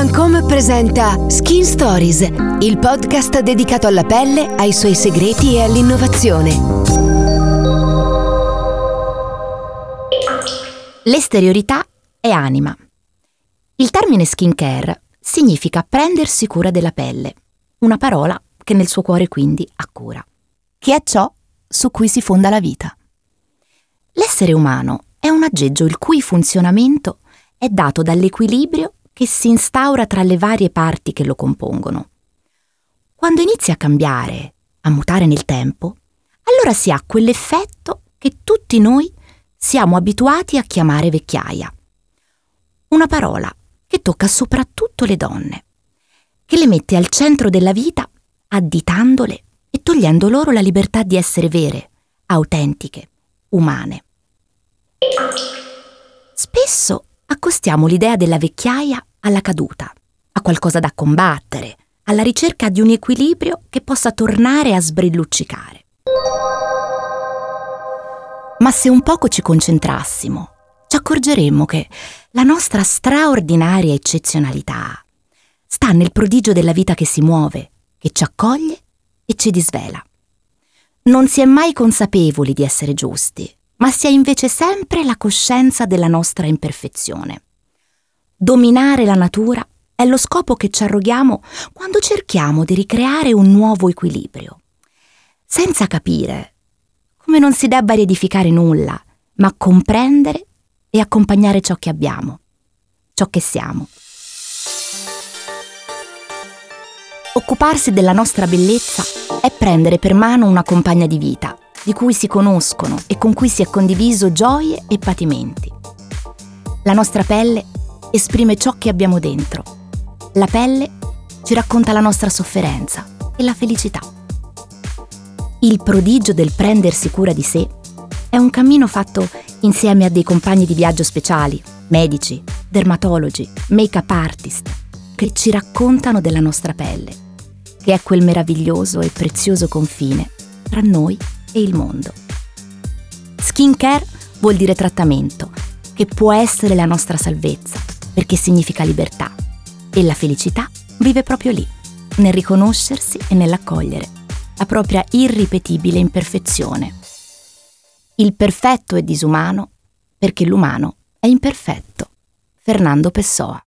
Lancôme presenta Skin Stories, il podcast dedicato alla pelle, ai suoi segreti e all'innovazione. L'esteriorità è anima. Il termine skincare significa prendersi cura della pelle, una parola che nel suo cuore quindi ha cura, che è ciò su cui si fonda la vita. L'essere umano è un aggeggio il cui funzionamento è dato dall'equilibrio che si instaura tra le varie parti che lo compongono. Quando inizia a cambiare, a mutare nel tempo, allora si ha quell'effetto che tutti noi siamo abituati a chiamare vecchiaia. Una parola che tocca soprattutto le donne, che le mette al centro della vita additandole e togliendo loro la libertà di essere vere, autentiche, umane. Spesso accostiamo l'idea della vecchiaia alla caduta, a qualcosa da combattere, alla ricerca di un equilibrio che possa tornare a sbrilluccicare. Ma se un poco ci concentrassimo, ci accorgeremmo che la nostra straordinaria eccezionalità sta nel prodigio della vita che si muove, che ci accoglie e ci disvela. Non si è mai consapevoli di essere giusti, ma si ha invece sempre la coscienza della nostra imperfezione. Dominare la natura è lo scopo che ci arroghiamo quando cerchiamo di ricreare un nuovo equilibrio, senza capire come non si debba riedificare nulla, ma comprendere e accompagnare ciò che abbiamo, ciò che siamo. Occuparsi della nostra bellezza è prendere per mano una compagna di vita, di cui si conoscono e con cui si è condiviso gioie e patimenti. La nostra pelle esprime ciò che abbiamo dentro. La pelle ci racconta la nostra sofferenza e la felicità. Il prodigio del prendersi cura di sé è un cammino fatto insieme a dei compagni di viaggio speciali, medici, dermatologi, make-up artist, che ci raccontano della nostra pelle, che è quel meraviglioso e prezioso confine tra noi e il mondo. Skincare vuol dire trattamento, che può essere la nostra salvezza, perché significa libertà, e la felicità vive proprio lì, nel riconoscersi e nell'accogliere la propria irripetibile imperfezione. Il perfetto è disumano perché l'umano è imperfetto. Fernando Pessoa.